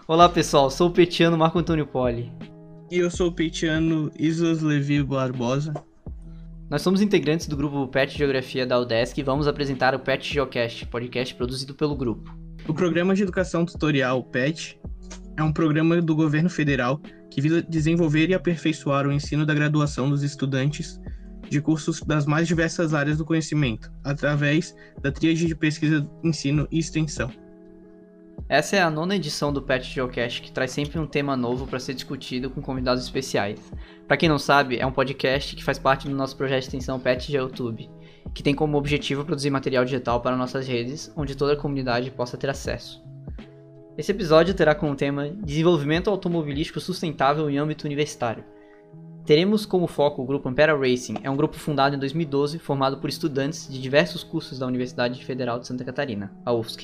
Olá pessoal, sou o petiano Marco Antônio Poli. E eu sou o petiano Islas Levi Barbosa. Nós somos integrantes do grupo PET Geografia da UDESC e vamos apresentar o PET Geocast, podcast produzido pelo grupo. O Programa de Educação Tutorial PET é um programa do governo federal que visa desenvolver e aperfeiçoar o ensino da graduação dos estudantes de cursos das mais diversas áreas do conhecimento, através da tríade de pesquisa, ensino e extensão. Essa é a 9ª edição do PET Geocast, que traz sempre um tema novo para ser discutido com convidados especiais. Para quem não sabe, é um podcast que faz parte do nosso projeto de extensão PET YouTube, que tem como objetivo produzir material digital para nossas redes, onde toda a comunidade possa ter acesso. Esse episódio terá como tema Desenvolvimento Automobilístico Sustentável em âmbito universitário. Teremos como foco o grupo Ampera Racing, é um grupo fundado em 2012, formado por estudantes de diversos cursos da Universidade Federal de Santa Catarina, a UFSC.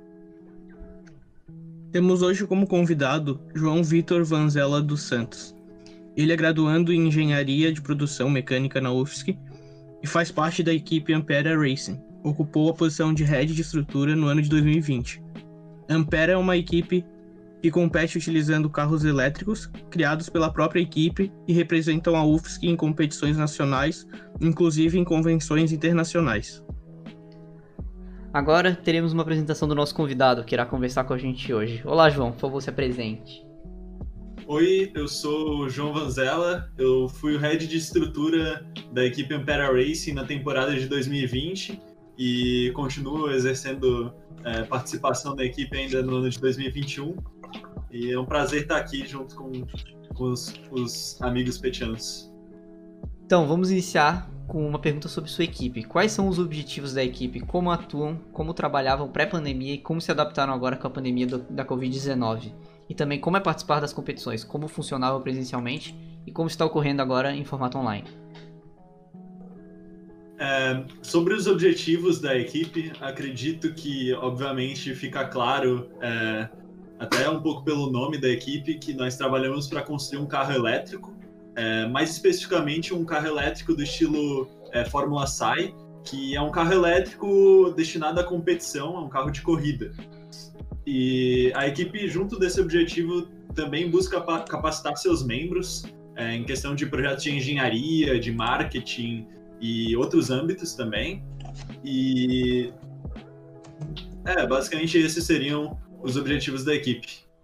Temos hoje como convidado João Vitor Vanzella dos Santos. Ele é graduando em Engenharia de Produção Mecânica na UFSC e faz parte da equipe Ampera Racing. Ocupou a posição de Head de Estrutura no ano de 2020. A Ampera é uma equipe que compete utilizando carros elétricos criados pela própria equipe e representam a UFSC em competições nacionais, inclusive em convenções internacionais. Agora teremos uma apresentação do nosso convidado, que irá conversar com a gente hoje. Olá, João, por favor, se apresente. Oi, eu sou o João Vanzella, eu fui o Head de Estrutura da equipe Ampera Racing na temporada de 2020 e continuo exercendo participação da equipe ainda no ano de 2021. E é um prazer estar aqui junto com os amigos petianos. Então, vamos iniciar com uma pergunta sobre sua equipe. Quais são os objetivos da equipe? Como atuam? Como trabalhavam pré-pandemia? E como se adaptaram agora com a pandemia da Covid-19? E também como é participar das competições? Como funcionava presencialmente? E como está ocorrendo agora em formato online? Sobre os objetivos da equipe, acredito que, obviamente, fica claro, até um pouco pelo nome da equipe, que nós trabalhamos para construir um carro elétrico, mais especificamente um carro elétrico do estilo Fórmula SAI, que é um carro elétrico destinado à competição, é um carro de corrida. E a equipe, junto desse objetivo, também busca capacitar seus membros em questão de projetos de engenharia, de marketing e outros âmbitos também. E basicamente esses seriam os objetivos da equipe.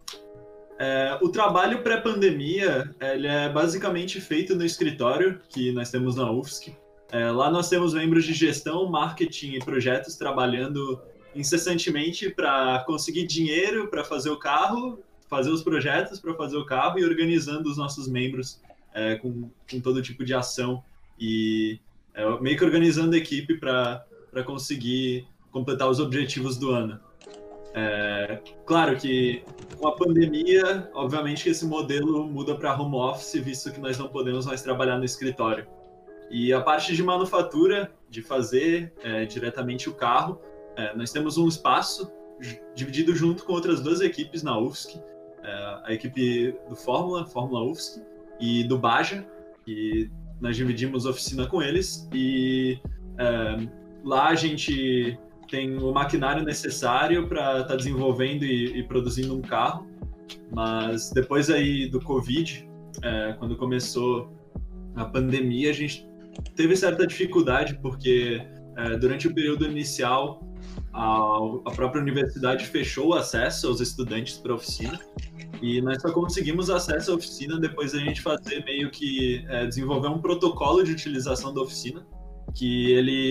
O trabalho pré-pandemia ele é basicamente feito no escritório que nós temos na UFSC. Lá nós temos membros de gestão, marketing e projetos trabalhando incessantemente para conseguir dinheiro para fazer o carro, fazer os projetos para fazer o carro e organizando os nossos membros com todo tipo de ação e meio que organizando a equipe para conseguir completar os objetivos do ano. Claro que com a pandemia, obviamente que esse modelo muda para home office, visto que nós não podemos mais trabalhar no escritório. E a parte de manufatura, de fazer diretamente o carro, nós temos um espaço dividido junto com outras duas equipes na UFSC, a equipe do Fórmula UFSC, e do Baja, e nós dividimos oficina com eles, e lá a gente tem o maquinário necessário para estar desenvolvendo e produzindo um carro, mas depois aí do Covid, quando começou a pandemia, a gente teve certa dificuldade, porque durante o período inicial, a própria universidade fechou o acesso aos estudantes para a oficina, e nós só conseguimos acesso à oficina depois da gente fazer meio que desenvolver um protocolo de utilização da oficina, que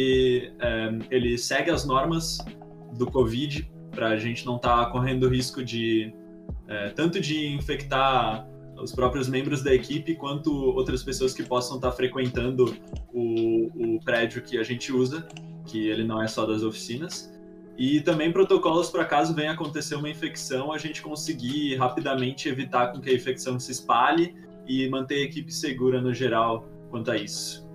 ele segue as normas do Covid para a gente não estar correndo risco de tanto de infectar os próprios membros da equipe quanto outras pessoas que possam estar frequentando o prédio que a gente usa, que ele não é só das oficinas. E também protocolos para caso venha acontecer uma infecção, a gente conseguir rapidamente evitar com que a infecção se espalhe e manter a equipe segura no geral quanto a isso.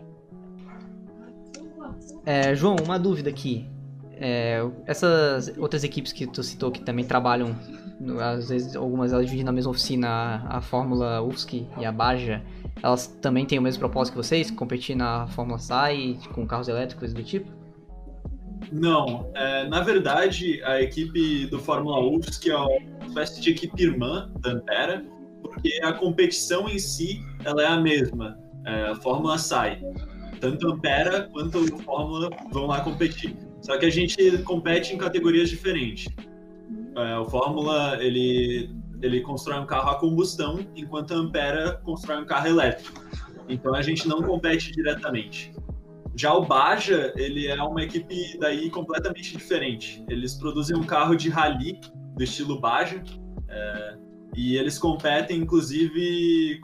João, uma dúvida aqui. Essas outras equipes que tu citou que também trabalham, às vezes algumas elas dividem na mesma oficina, a Fórmula UFSC e a Baja, elas também têm o mesmo propósito que vocês, competir na Fórmula SAI com carros elétricos, coisa do tipo? Não, na verdade a equipe do Fórmula UFSC espécie de equipe irmã da Ampera, porque a competição em si ela é a mesma. A Fórmula sai. Tanto a Ampera quanto a Fórmula vão lá competir. Só que a gente compete em categorias diferentes. O Fórmula, ele constrói um carro a combustão, enquanto a Ampera constrói um carro elétrico. Então a gente não compete diretamente. Já o Baja, ele é uma equipe daí completamente diferente. Eles produzem um carro de rally do estilo Baja, e eles competem, inclusive,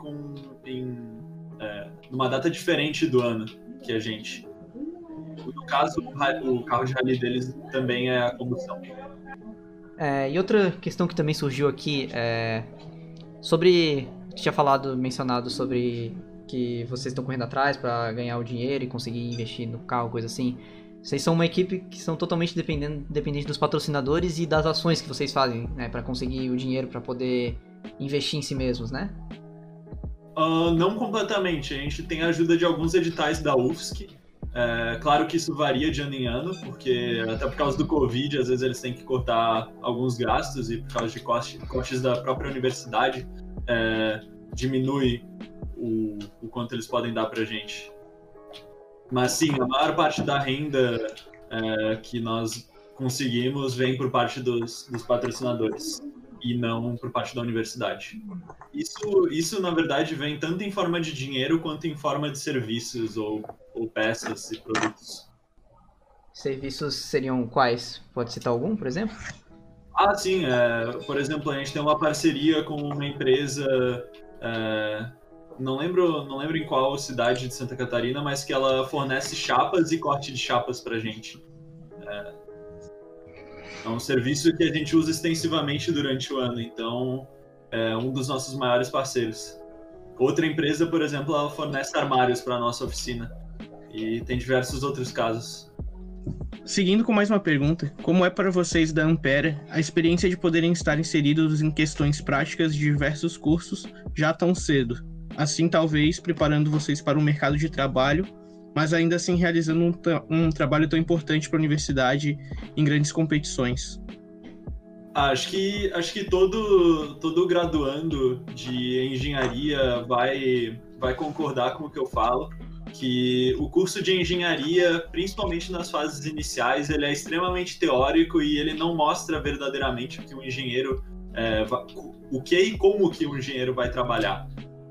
numa data diferente do ano que a gente. No caso, o carro de rally deles também é a combustão. E outra questão que também surgiu aqui é sobre... Tinha mencionado sobre que vocês estão correndo atrás para ganhar o dinheiro e conseguir investir no carro, coisa assim. Vocês são uma equipe que são totalmente dependentes dos patrocinadores e das ações que vocês fazem, né, para conseguir o dinheiro para poder investir em si mesmos, né? Não completamente. A gente tem a ajuda de alguns editais da UFSC. Claro que isso varia de ano em ano, porque até por causa do Covid, às vezes eles têm que cortar alguns gastos e por causa de cortes da própria universidade, diminui o quanto eles podem dar pra gente. Mas sim, a maior parte da renda que nós conseguimos vem por parte dos patrocinadores e não por parte da universidade. Isso, na verdade, vem tanto em forma de dinheiro quanto em forma de serviços ou peças e produtos. Serviços seriam quais? Pode citar algum, por exemplo? Sim. Por exemplo, a gente tem uma parceria com uma empresa, não lembro em qual cidade de Santa Catarina, mas que ela fornece chapas e corte de chapas pra gente. É um serviço que a gente usa extensivamente durante o ano, então é um dos nossos maiores parceiros. Outra empresa, por exemplo, ela fornece armários para a nossa oficina e tem diversos outros casos. Seguindo com mais uma pergunta, como é para vocês da Ampera a experiência de poderem estar inseridos em questões práticas de diversos cursos já tão cedo? Assim, talvez preparando vocês para o mercado de trabalho, mas ainda assim realizando um trabalho tão importante para a universidade em grandes competições. Acho que todo graduando de engenharia vai concordar com o que eu falo, que o curso de engenharia, principalmente nas fases iniciais, ele é extremamente teórico e ele não mostra verdadeiramente o que um engenheiro, o que e como que um engenheiro vai trabalhar.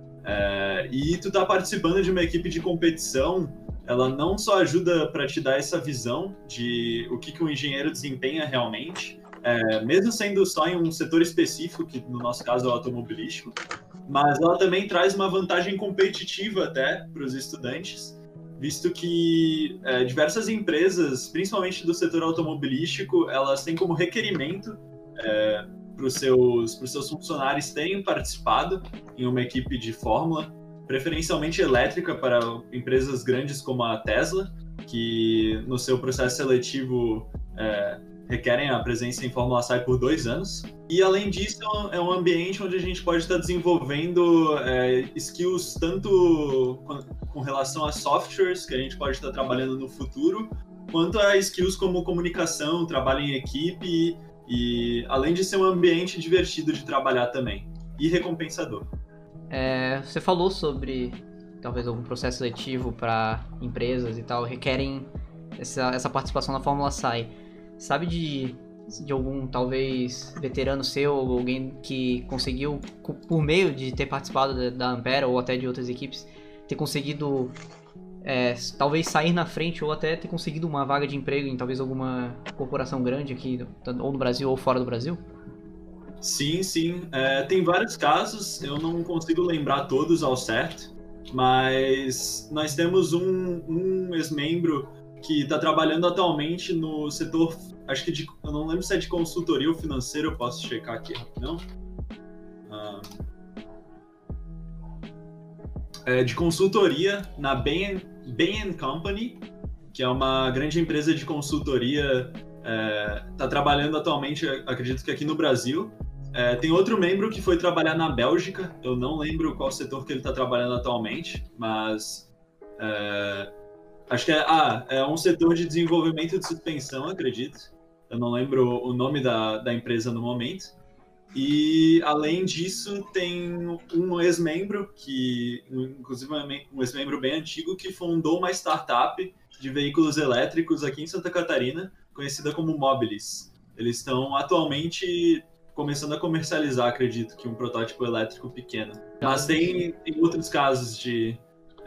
E tu tá participando de uma equipe de competição, ela não só ajuda para te dar essa visão de o que um engenheiro desempenha realmente, mesmo sendo só em um setor específico, que no nosso caso é o automobilístico, mas ela também traz uma vantagem competitiva até para os estudantes, visto que diversas empresas, principalmente do setor automobilístico, elas têm como requerimento para os seus funcionários terem participado em uma equipe de Fórmula, preferencialmente elétrica para empresas grandes como a Tesla, que no seu processo seletivo requerem a presença em Fórmula SAI por 2 anos. E, além disso, é um ambiente onde a gente pode estar desenvolvendo skills tanto com relação a softwares que a gente pode estar trabalhando no futuro, quanto a skills como comunicação, trabalho em equipe, e além de ser um ambiente divertido de trabalhar também, e recompensador. Você falou sobre talvez algum processo seletivo para empresas e tal, requerem essa participação na Fórmula SAI. Sabe de algum, talvez, veterano seu, ou alguém que conseguiu, por meio de ter participado da Ampera ou até de outras equipes, ter conseguido talvez sair na frente ou até ter conseguido uma vaga de emprego em talvez alguma corporação grande aqui, ou no Brasil ou fora do Brasil? Sim. Tem vários casos, eu não consigo lembrar todos ao certo, mas nós temos um ex-membro que está trabalhando atualmente no setor, acho que eu não lembro se é de consultoria ou financeiro, eu posso checar aqui rapidão. De consultoria na Bain Company, que é uma grande empresa de consultoria, está trabalhando atualmente, acredito que aqui no Brasil. Tem outro membro que foi trabalhar na Bélgica, eu não lembro qual setor que ele está trabalhando atualmente, mas acho que é um setor de desenvolvimento de suspensão, acredito. Eu não lembro o nome da empresa no momento. E, além disso, tem um ex-membro, inclusive um ex-membro bem antigo, que fundou uma startup de veículos elétricos aqui em Santa Catarina, conhecida como Mobilis. Eles estão atualmente começando a comercializar, acredito, que um protótipo elétrico pequeno. Mas tem outros casos de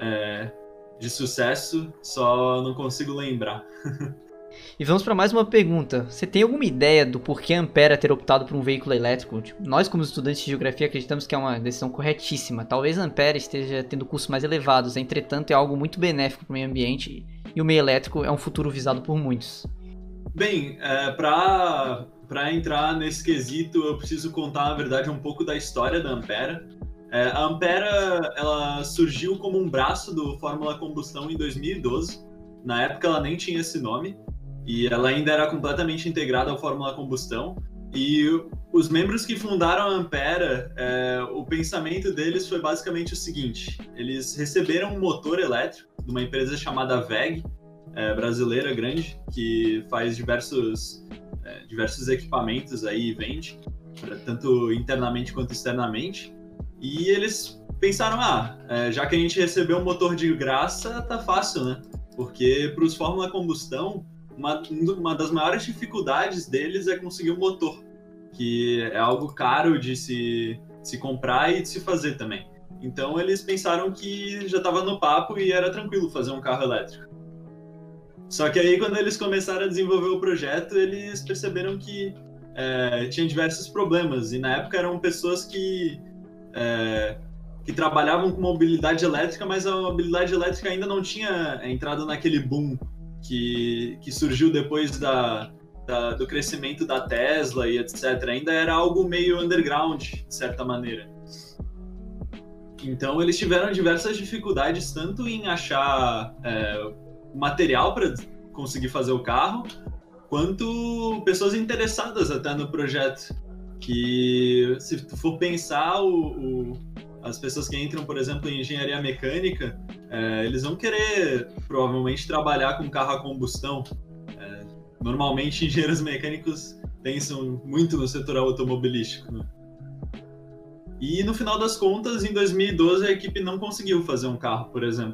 sucesso, só não consigo lembrar. E vamos para mais uma pergunta. Você tem alguma ideia do porquê a Ampera ter optado por um veículo elétrico? Tipo, nós, como estudantes de geografia, acreditamos que é uma decisão corretíssima. Talvez a Ampera esteja tendo custos mais elevados, entretanto é algo muito benéfico para o meio ambiente e o meio elétrico é um futuro visado por muitos. Bem, para entrar nesse quesito, eu preciso contar, na verdade, um pouco da história da Ampera. A Ampera, ela surgiu como um braço do Fórmula Combustão em 2012. Na época, ela nem tinha esse nome. E ela ainda era completamente integrada ao Fórmula Combustão. E os membros que fundaram a Ampera, o pensamento deles foi basicamente o seguinte: eles receberam um motor elétrico de uma empresa chamada WEG, brasileira grande, que faz diversos equipamentos aí e vende, tanto internamente quanto externamente. E eles pensaram, já que a gente recebeu um motor de graça, tá fácil, né? Porque para os Fórmula Combustão, uma das maiores dificuldades deles é conseguir um motor, que é algo caro de se comprar e de se fazer também. Então eles pensaram que já estava no papo e era tranquilo fazer um carro elétrico. Só que aí, quando eles começaram a desenvolver o projeto, eles perceberam que tinha diversos problemas. E na época eram pessoas que trabalhavam com mobilidade elétrica, mas a mobilidade elétrica ainda não tinha entrado naquele boom que surgiu depois do crescimento da Tesla e etc. Ainda era algo meio underground, de certa maneira. Então eles tiveram diversas dificuldades, tanto em achar material para conseguir fazer o carro, quanto pessoas interessadas até no projeto. Que, se tu for pensar, as pessoas que entram, por exemplo, em engenharia mecânica, eles vão querer, provavelmente, trabalhar com carro a combustão. Normalmente, engenheiros mecânicos pensam muito no setor automobilístico, né? E, no final das contas, em 2012, a equipe não conseguiu fazer um carro, por exemplo.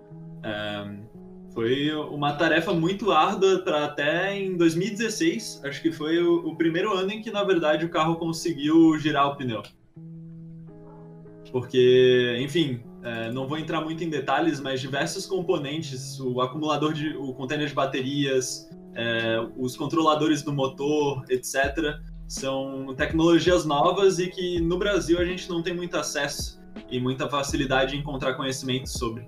Foi uma tarefa muito árdua para até em 2016, acho que foi o primeiro ano em que, na verdade, o carro conseguiu girar o pneu. Porque, enfim, não vou entrar muito em detalhes, mas diversos componentes, o container de baterias, os controladores do motor, etc., são tecnologias novas e que no Brasil a gente não tem muito acesso e muita facilidade em encontrar conhecimento sobre.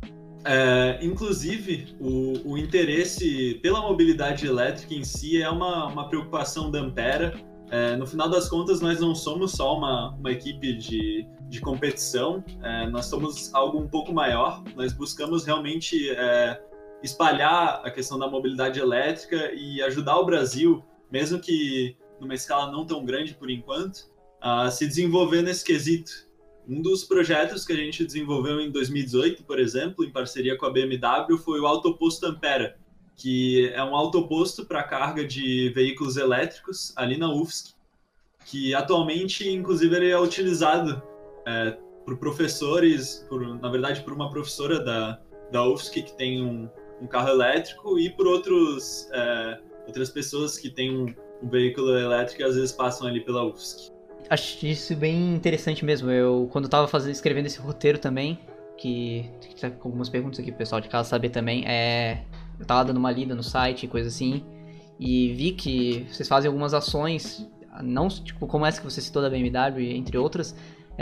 Inclusive, o interesse pela mobilidade elétrica em si é uma preocupação da Ampera. No final das contas, nós não somos só uma equipe de competição, nós somos algo um pouco maior. Nós buscamos realmente espalhar a questão da mobilidade elétrica e ajudar o Brasil, mesmo que numa escala não tão grande por enquanto, a se desenvolver nesse quesito. Um dos projetos que a gente desenvolveu em 2018, por exemplo, em parceria com a BMW, foi o Autoposto Ampera, que é um autoposto para carga de veículos elétricos ali na UFSC, que atualmente, inclusive, ele é utilizado por professores, na verdade, por uma professora da UFSC que tem um carro elétrico e por outras pessoas que têm um veículo elétrico e às vezes passam ali pela UFSC. Acho isso bem interessante mesmo. Eu, quando eu tava escrevendo esse roteiro também, que tá com algumas perguntas aqui pro pessoal de casa saber também, eu tava dando uma lida no site e coisa assim, e vi que vocês fazem algumas ações, não tipo como essa que você citou da BMW, entre outras,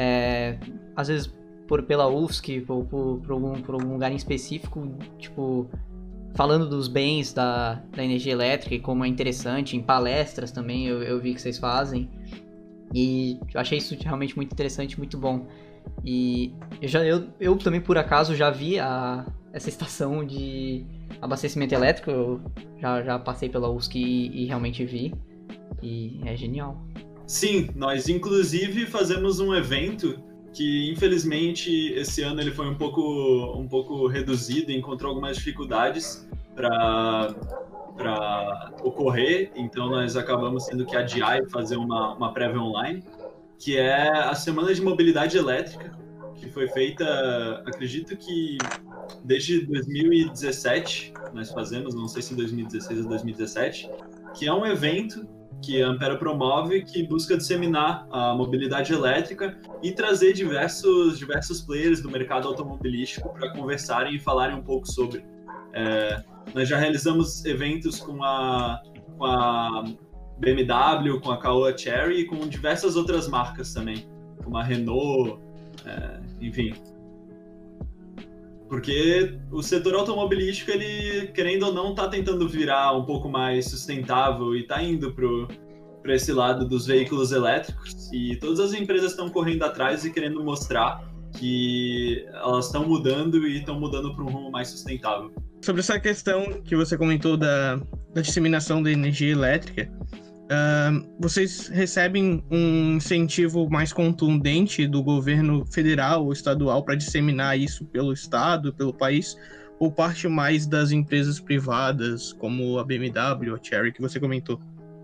às vezes pela UFSC, por algum lugar em específico, tipo, falando dos bens da energia elétrica e como é interessante, em palestras também eu vi que vocês fazem. E eu achei isso realmente muito interessante, muito bom. E eu também, por acaso, já vi essa estação de abastecimento elétrico. Eu já passei pela UFSC e realmente vi. E é genial. Sim, nós inclusive fazemos um evento que, infelizmente, esse ano ele foi um pouco reduzido e encontrou algumas dificuldades para para ocorrer, então nós acabamos tendo que adiar e fazer uma prévia online, que é a Semana de Mobilidade Elétrica, que foi feita, acredito que desde 2017, nós fazemos, não sei se em 2016 ou 2017, que é um evento que a Ampera promove, que busca disseminar a mobilidade elétrica e trazer diversos players do mercado automobilístico para conversarem e falarem um pouco sobre. Nós já realizamos eventos com a BMW, com a Caoa Chery e com diversas outras marcas também, como a Renault, enfim. Porque o setor automobilístico, ele, querendo ou não, está tentando virar um pouco mais sustentável e está indo para esse lado dos veículos elétricos, e todas as empresas estão correndo atrás e querendo mostrar que elas estão mudando e estão mudando para um rumo mais sustentável. Sobre essa questão que você comentou da disseminação da energia elétrica, vocês recebem um incentivo mais contundente do governo federal ou estadual para disseminar isso pelo estado, pelo país, ou parte mais das empresas privadas, como a BMW, a Chery, que você comentou?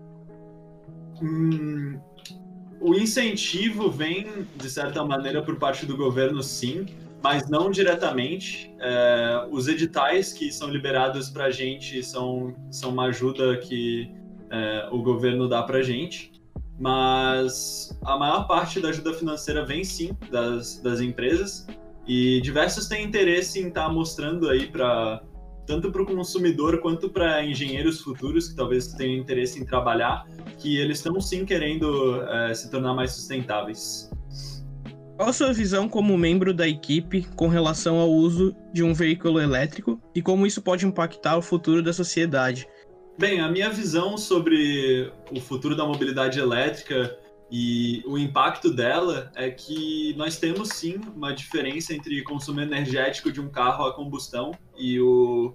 O incentivo vem, de certa maneira, por parte do governo, sim, mas não diretamente. Os editais que são liberados para a gente são uma ajuda que o governo dá para a gente, mas a maior parte da ajuda financeira vem sim das empresas, e diversos têm interesse em estar mostrando aí tanto para o consumidor quanto para engenheiros futuros que talvez tenham interesse em trabalhar, que eles estão sim querendo se tornar mais sustentáveis. Qual a sua visão como membro da equipe com relação ao uso de um veículo elétrico e como isso pode impactar o futuro da sociedade? Bem, a minha visão sobre o futuro da mobilidade elétrica e o impacto dela é que nós temos sim uma diferença entre consumo energético de um carro a combustão e o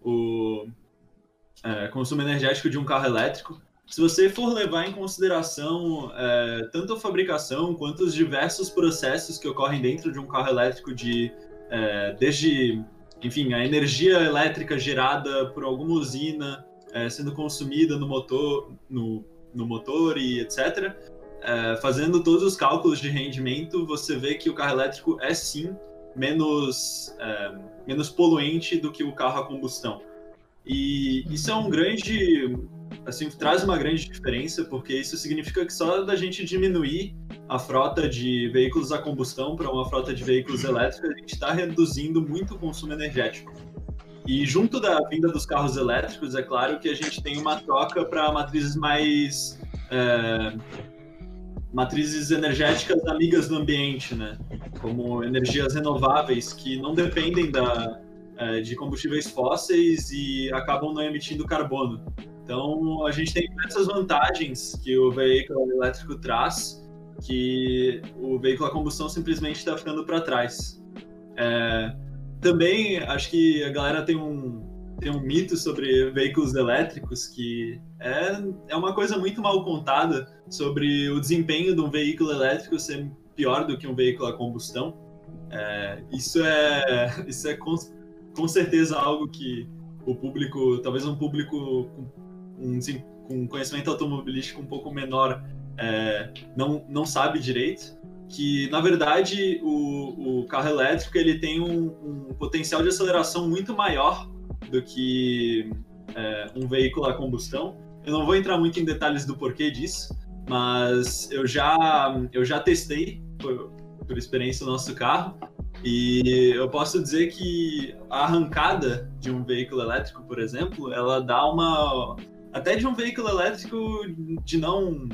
consumo energético de um carro elétrico. Se você for levar em consideração tanto a fabricação quanto os diversos processos que ocorrem dentro de um carro elétrico, desde, enfim, a energia elétrica gerada por alguma usina sendo consumida no motor e etc., fazendo todos os cálculos de rendimento, você vê que o carro elétrico é sim menos poluente do que o carro a combustão. E isso é traz uma grande diferença, porque isso significa que só da gente diminuir a frota de veículos a combustão para uma frota de veículos elétricos, a gente está reduzindo muito o consumo energético. E junto da vinda dos carros elétricos, é claro que a gente tem uma troca para matrizes matrizes energéticas amigas do ambiente, né? Como energias renováveis que não dependem de combustíveis fósseis e acabam não emitindo carbono. Então, a gente tem diversas vantagens que o veículo elétrico traz, que o veículo a combustão simplesmente está ficando para trás. Também, acho que a galera tem um mito sobre veículos elétricos, que é uma coisa muito mal contada sobre o desempenho de um veículo elétrico ser pior do que um veículo a combustão. Isso é com certeza algo que o público, talvez um público com conhecimento automobilístico um pouco menor, não sabe direito, que na verdade o carro elétrico ele tem um potencial de aceleração muito maior do que um veículo a combustão. Eu não vou entrar muito em detalhes do porquê disso, mas eu já testei por experiência o nosso carro, e eu posso dizer que a arrancada de um veículo elétrico, por exemplo, ela dá até de um veículo elétrico de não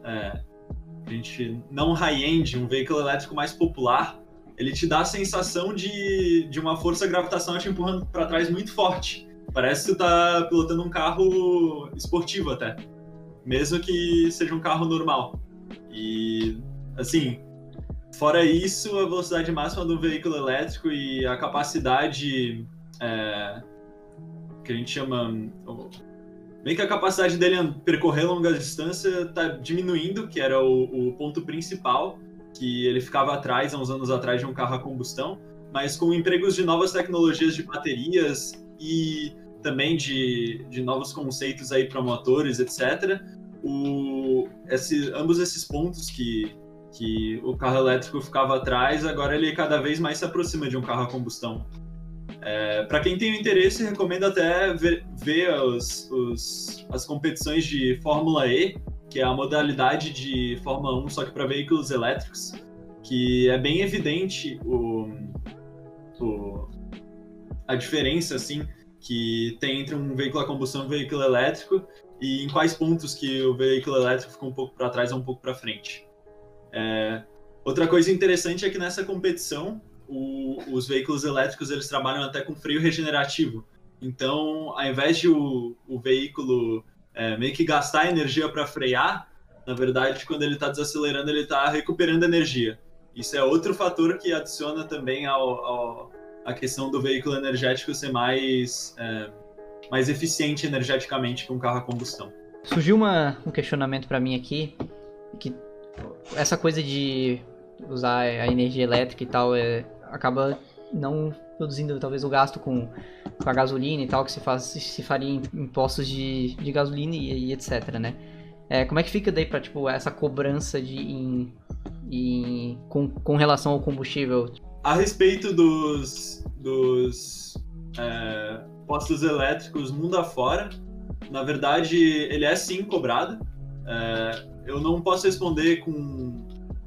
high-end, um veículo elétrico mais popular, ele te dá a sensação de uma força gravitacional te empurrando para trás muito forte. Parece que tu tá pilotando um carro esportivo até, mesmo que seja um carro normal. E, assim, fora isso, a velocidade máxima do veículo elétrico e a capacidade que a gente chama... Bem que a capacidade dele percorrer longa distância está diminuindo, que era o ponto principal, que ele ficava atrás, há uns anos atrás, de um carro a combustão, mas com empregos de novas tecnologias de baterias e também de novos conceitos aí para motores, etc. Ambos esses pontos que o carro elétrico ficava atrás, agora ele cada vez mais se aproxima de um carro a combustão. Para quem tem interesse, recomendo até ver as competições de Fórmula E, que é a modalidade de Fórmula 1, só que para veículos elétricos, que é bem evidente a diferença assim, que tem entre um veículo a combustão e um veículo elétrico, e em quais pontos que o veículo elétrico fica um pouco para trás ou um pouco para frente. Outra coisa interessante é que nessa competição, os veículos elétricos eles trabalham até com freio regenerativo. Então, ao invés de o veículo meio que gastar energia para frear, na verdade, quando ele está desacelerando, ele está recuperando energia. Isso é outro fator que adiciona também a questão do veículo energético ser mais eficiente energeticamente que um carro a combustão. Surgiu um questionamento para mim aqui, que essa coisa de usar a energia elétrica e tal acaba não produzindo talvez o gasto com a gasolina e tal, que se faria em postos de gasolina e etc, né? Como é que fica daí para tipo, essa cobrança com relação ao combustível? A respeito dos postos elétricos mundo afora, na verdade, ele é sim cobrado. Eu não posso responder com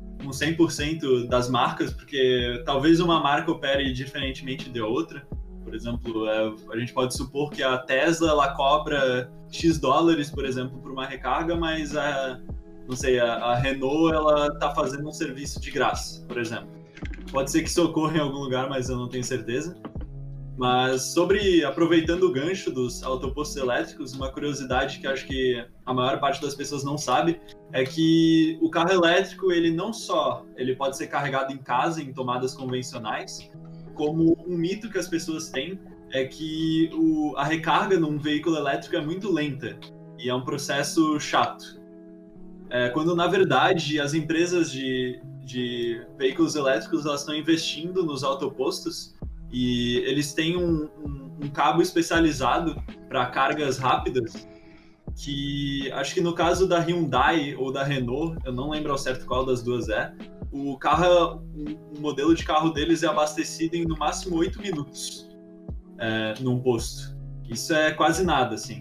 100% das marcas, porque talvez uma marca opere diferentemente de outra. Por exemplo, a gente pode supor que a Tesla ela cobra X dólares, por exemplo, por uma recarga, mas a Renault ela está fazendo um serviço de graça, por exemplo. Pode ser que isso ocorra em algum lugar, mas eu não tenho certeza. Mas aproveitando o gancho dos autopostos elétricos, uma curiosidade que acho que a maior parte das pessoas não sabe é que o carro elétrico, ele não só pode ser carregado em casa, em tomadas convencionais, como um mito que as pessoas têm é que a recarga num veículo elétrico é muito lenta e é um processo chato. Quando, na verdade, as empresas de veículos elétricos elas estão investindo nos autopostos e eles têm um cabo especializado para cargas rápidas, que acho que no caso da Hyundai ou da Renault, eu não lembro ao certo qual das duas o modelo de carro deles é abastecido em no máximo 8 minutos num posto. Isso é quase nada, assim.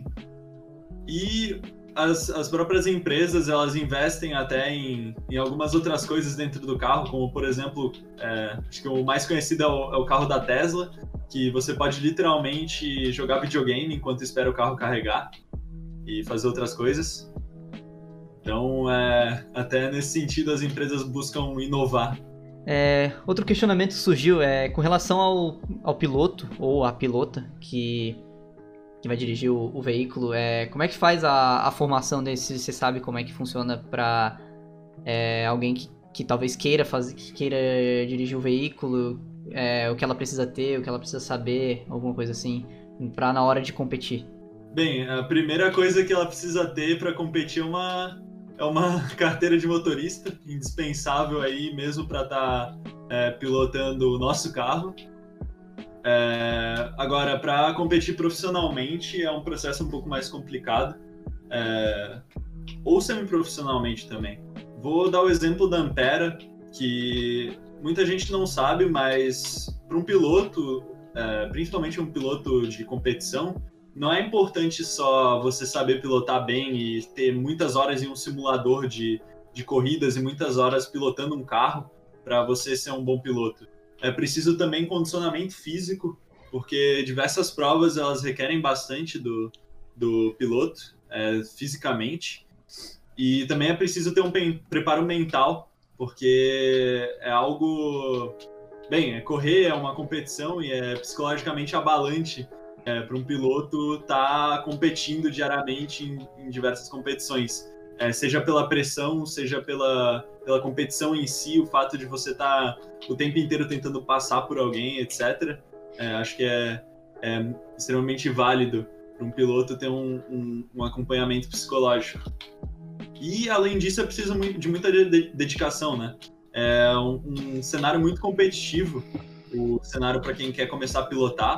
E as próprias empresas, elas investem até em algumas outras coisas dentro do carro, como, por exemplo, acho que o mais conhecido é o carro da Tesla, que você pode literalmente jogar videogame enquanto espera o carro carregar e fazer outras coisas. Então, até nesse sentido, as empresas buscam inovar. Outro questionamento surgiu com relação ao piloto, ou a pilota, que vai dirigir o veículo. Como é que faz a formação desse? Você sabe como é que funciona para alguém que talvez queira dirigir o veículo, o que ela precisa ter, o que ela precisa saber, alguma coisa assim, para na hora de competir? Bem, a primeira coisa que ela precisa ter para competir é uma carteira de motorista, indispensável aí mesmo para estar pilotando o nosso carro. Agora, para competir profissionalmente é um processo um pouco mais complicado, ou semi-profissionalmente também. Vou dar o exemplo da Ampera, que muita gente não sabe, mas para um piloto, principalmente um piloto de competição, não é importante só você saber pilotar bem e ter muitas horas em um simulador de corridas e muitas horas pilotando um carro para você ser um bom piloto. É preciso também condicionamento físico, porque diversas provas elas requerem bastante do piloto fisicamente, e também é preciso ter um preparo mental, porque é algo... Bem, correr é uma competição e é psicologicamente abalante para um piloto estar competindo diariamente em diversas competições. Seja pela pressão, seja pela competição em si, o fato de você estar o tempo inteiro tentando passar por alguém, etc. Acho que é extremamente válido para um piloto ter um acompanhamento psicológico. E, além disso, é preciso de muita dedicação, né? É um cenário muito competitivo, o cenário para quem quer começar a pilotar.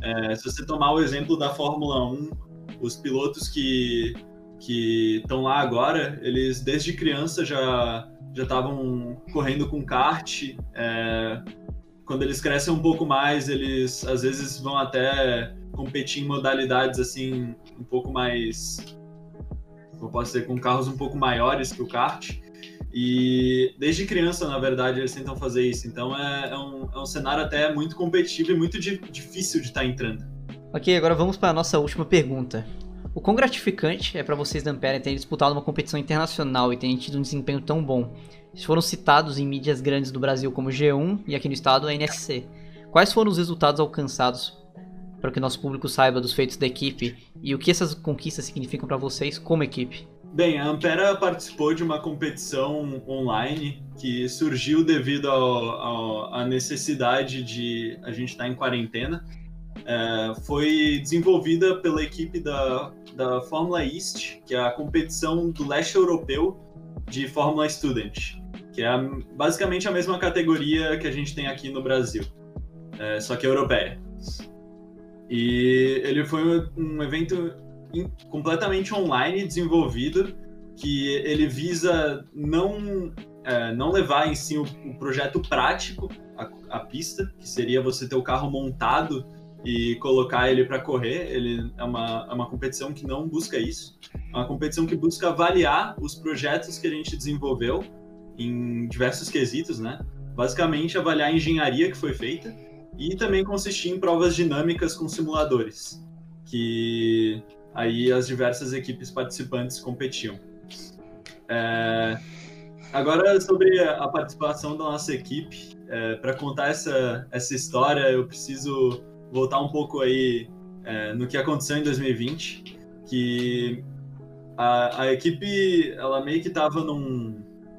Se você tomar o exemplo da Fórmula 1, os pilotos que estão lá agora, eles desde criança já estavam correndo com kart. Quando eles crescem um pouco mais, eles às vezes vão até competir em modalidades assim um pouco mais, eu posso dizer, com carros um pouco maiores que o kart. E desde criança, na verdade, eles tentam fazer isso. Então é um cenário até muito competitivo e muito difícil de estar entrando. Ok, agora vamos para a nossa última pergunta. O quão gratificante é para vocês da Ampere terem disputado uma competição internacional e terem tido um desempenho tão bom? Eles foram citados em mídias grandes do Brasil como G1 e aqui no estado a NSC. Quais foram os resultados alcançados para que o nosso público saiba dos feitos da equipe e o que essas conquistas significam para vocês como equipe? Bem, a Ampere participou de uma competição online que surgiu devido à necessidade de a gente estar em quarentena. Foi desenvolvida pela equipe da Fórmula East, que é a competição do leste europeu de Fórmula Student, que é basicamente a mesma categoria que a gente tem aqui no Brasil, só que europeia. E ele foi um evento completamente online desenvolvido, que ele visa não levar em si o projeto prático à pista, que seria você ter o carro montado e colocar ele para correr. Ele é uma competição que não busca isso. É uma competição que busca avaliar os projetos que a gente desenvolveu em diversos quesitos, né? Basicamente, avaliar a engenharia que foi feita e também consistir em provas dinâmicas com simuladores, que aí as diversas equipes participantes competiam. Agora, sobre a participação da nossa equipe, para contar essa história, eu preciso voltar um pouco aí no que aconteceu em 2020, que a equipe ela meio que estava num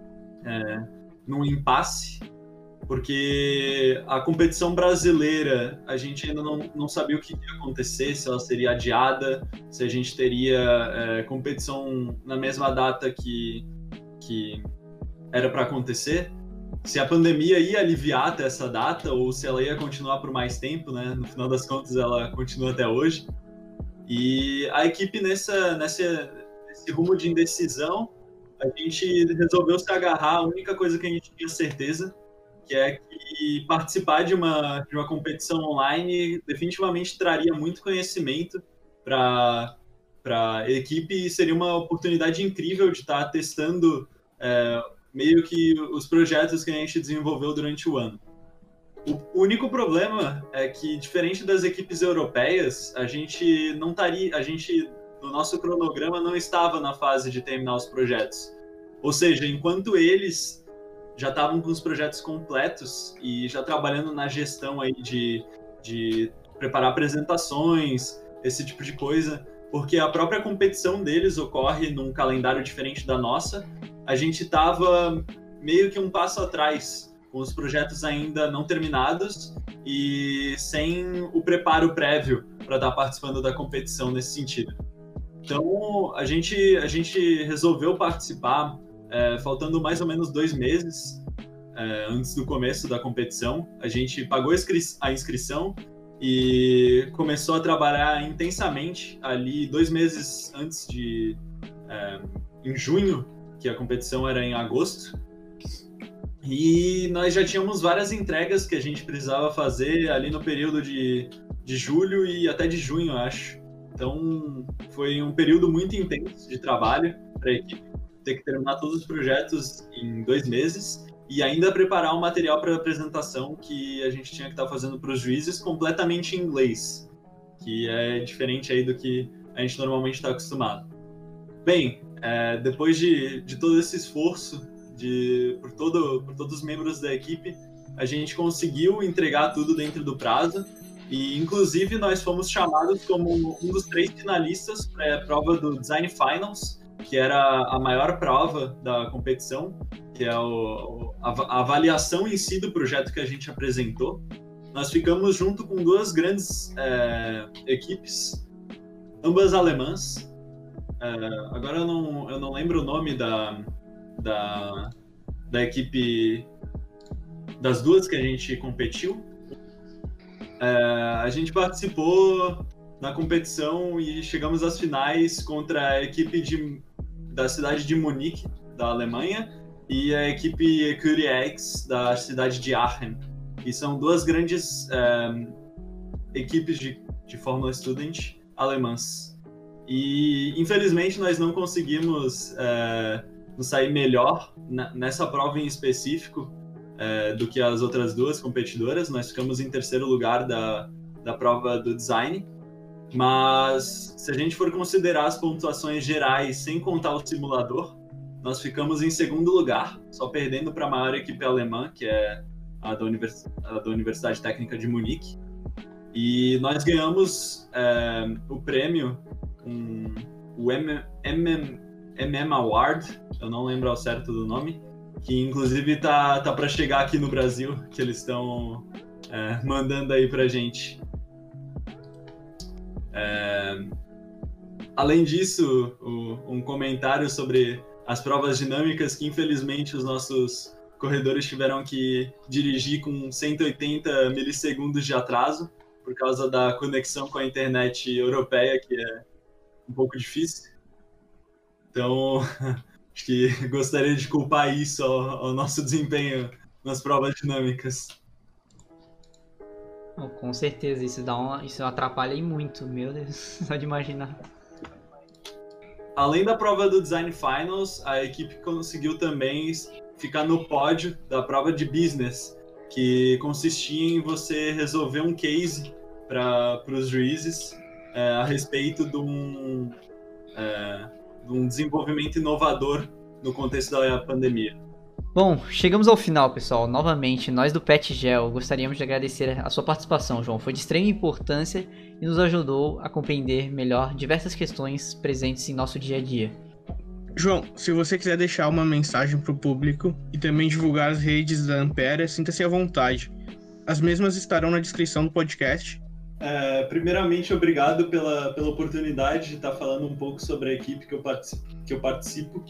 impasse, porque a competição brasileira, a gente ainda não sabia o que ia acontecer, se ela seria adiada, se a gente teria competição na mesma data que era para acontecer, se a pandemia ia aliviar até essa data ou se ela ia continuar por mais tempo, né? No final das contas, ela continua até hoje. E a equipe nesse rumo de indecisão, a gente resolveu se agarrar à única coisa que a gente tinha certeza, que é que participar de uma competição online definitivamente traria muito conhecimento para a equipe e seria uma oportunidade incrível de estar testando meio que os projetos que a gente desenvolveu durante o ano. O único problema é que, diferente das equipes europeias, a gente no nosso cronograma não estava na fase de terminar os projetos. Ou seja, enquanto eles já estavam com os projetos completos e já trabalhando na gestão aí de preparar apresentações, esse tipo de coisa, porque a própria competição deles ocorre num calendário diferente da nossa, a gente estava meio que um passo atrás, com os projetos ainda não terminados e sem o preparo prévio para estar participando da competição nesse sentido. Então, a gente resolveu participar faltando mais ou menos 2 meses antes do começo da competição. A gente pagou a inscrição e começou a trabalhar intensamente ali 2 meses antes em junho, que a competição era em agosto. E nós já tínhamos várias entregas que a gente precisava fazer ali no período de julho e até de junho, acho. Então, foi um período muito intenso de trabalho para a equipe ter que terminar todos os projetos em 2 meses e ainda preparar um material para apresentação que a gente tinha que estar fazendo para os juízes completamente em inglês, que é diferente aí do que a gente normalmente está acostumado. Bem, depois de todo esse esforço por todos os membros da equipe, a gente conseguiu entregar tudo dentro do prazo e, inclusive, nós fomos chamados como um dos 3 finalistas para a prova do Design Finals, que era a maior prova da competição, que é a avaliação em si do projeto que a gente apresentou. Nós ficamos junto com 2 grandes equipes, ambas alemãs. Agora eu não lembro o nome da equipe das 2 que a gente competiu. A gente participou na competição e chegamos às finais contra a equipe da cidade de Munique, da Alemanha, e a equipe Ecurie X, da cidade de Aachen. E são duas grandes equipes de Fórmula Student alemãs. E, infelizmente, nós não conseguimos nos sair melhor nessa prova em específico do que as outras duas competidoras. Nós ficamos em terceiro lugar da prova do design. Mas, se a gente for considerar as pontuações gerais sem contar o simulador, nós ficamos em segundo lugar, só perdendo para a maior equipe alemã, que é a da Universidade Técnica de Munique. E nós ganhamos o prêmio, o MM Award, eu não lembro ao certo do nome, que inclusive tá para chegar aqui no Brasil, que eles estão mandando aí pra gente. Além disso, um comentário sobre as provas dinâmicas, que infelizmente os nossos corredores tiveram que dirigir com 180 milissegundos de atraso, por causa da conexão com a internet europeia, que é um pouco difícil. Então, acho que gostaria de culpar isso ao nosso desempenho nas provas dinâmicas. Com certeza, isso atrapalha muito, meu Deus, só de imaginar. Além da prova do Design Finals, a equipe conseguiu também ficar no pódio da prova de Business, que consistia em você resolver um case para os juízes a respeito de um desenvolvimento inovador no contexto da pandemia. Bom, chegamos ao final, pessoal. Novamente, nós do PetGel gostaríamos de agradecer a sua participação, João. Foi de extrema importância e nos ajudou a compreender melhor diversas questões presentes em nosso dia a dia. João, se você quiser deixar uma mensagem para o público e também divulgar as redes da Ampera, sinta-se à vontade. As mesmas estarão na descrição do podcast. Primeiramente, obrigado pela oportunidade de estar falando um pouco sobre a equipe que eu participo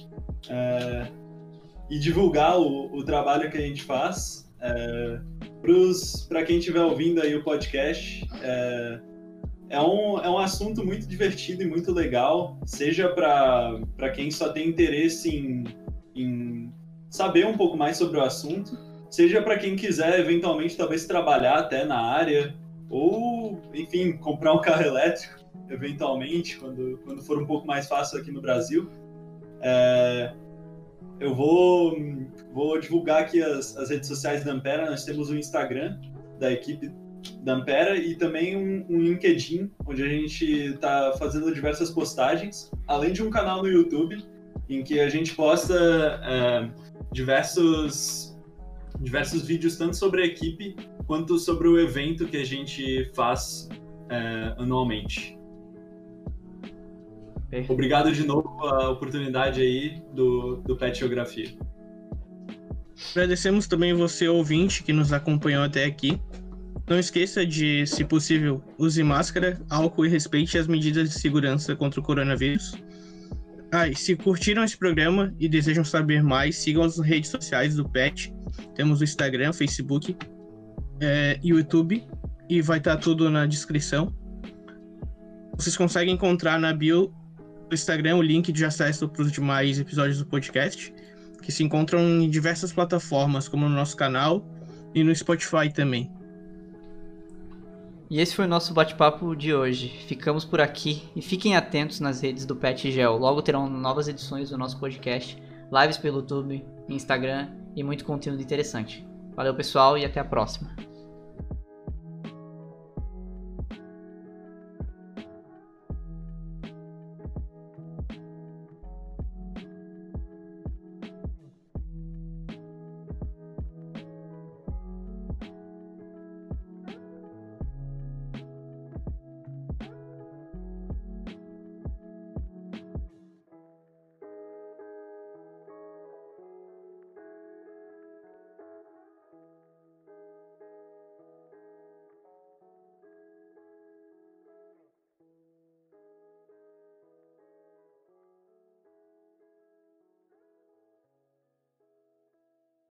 e divulgar o trabalho que a gente faz. Para quem estiver ouvindo aí o podcast, é um assunto muito divertido e muito legal, seja para quem só tem interesse em saber um pouco mais sobre o assunto, seja para quem quiser eventualmente talvez trabalhar até na área, ou, enfim, comprar um carro elétrico, eventualmente, quando for um pouco mais fácil aqui no Brasil. Eu vou divulgar aqui as redes sociais da Ampera. Nós temos o Instagram da equipe da Ampera e também um LinkedIn, onde a gente está fazendo diversas postagens, além de um canal no YouTube, em que a gente posta diversos vídeos, tanto sobre a equipe, quanto sobre o evento que a gente faz anualmente. Obrigado de novo pela oportunidade aí do Pet Geografia. Agradecemos também você, ouvinte, que nos acompanhou até aqui. Não esqueça de, se possível, use máscara, álcool e respeite as medidas de segurança contra o coronavírus. E se curtiram esse programa e desejam saber mais, sigam as redes sociais do PET. Temos o Instagram, Facebook e o YouTube, e vai estar tudo na descrição. Vocês conseguem encontrar na bio do Instagram o link de acesso para os demais episódios do podcast, que se encontram em diversas plataformas, como no nosso canal e no Spotify também. E esse foi o nosso bate-papo de hoje. Ficamos por aqui e fiquem atentos nas redes do PetGel. Logo terão novas edições do nosso podcast, lives pelo YouTube, Instagram e muito conteúdo interessante. Valeu, pessoal, e até a próxima.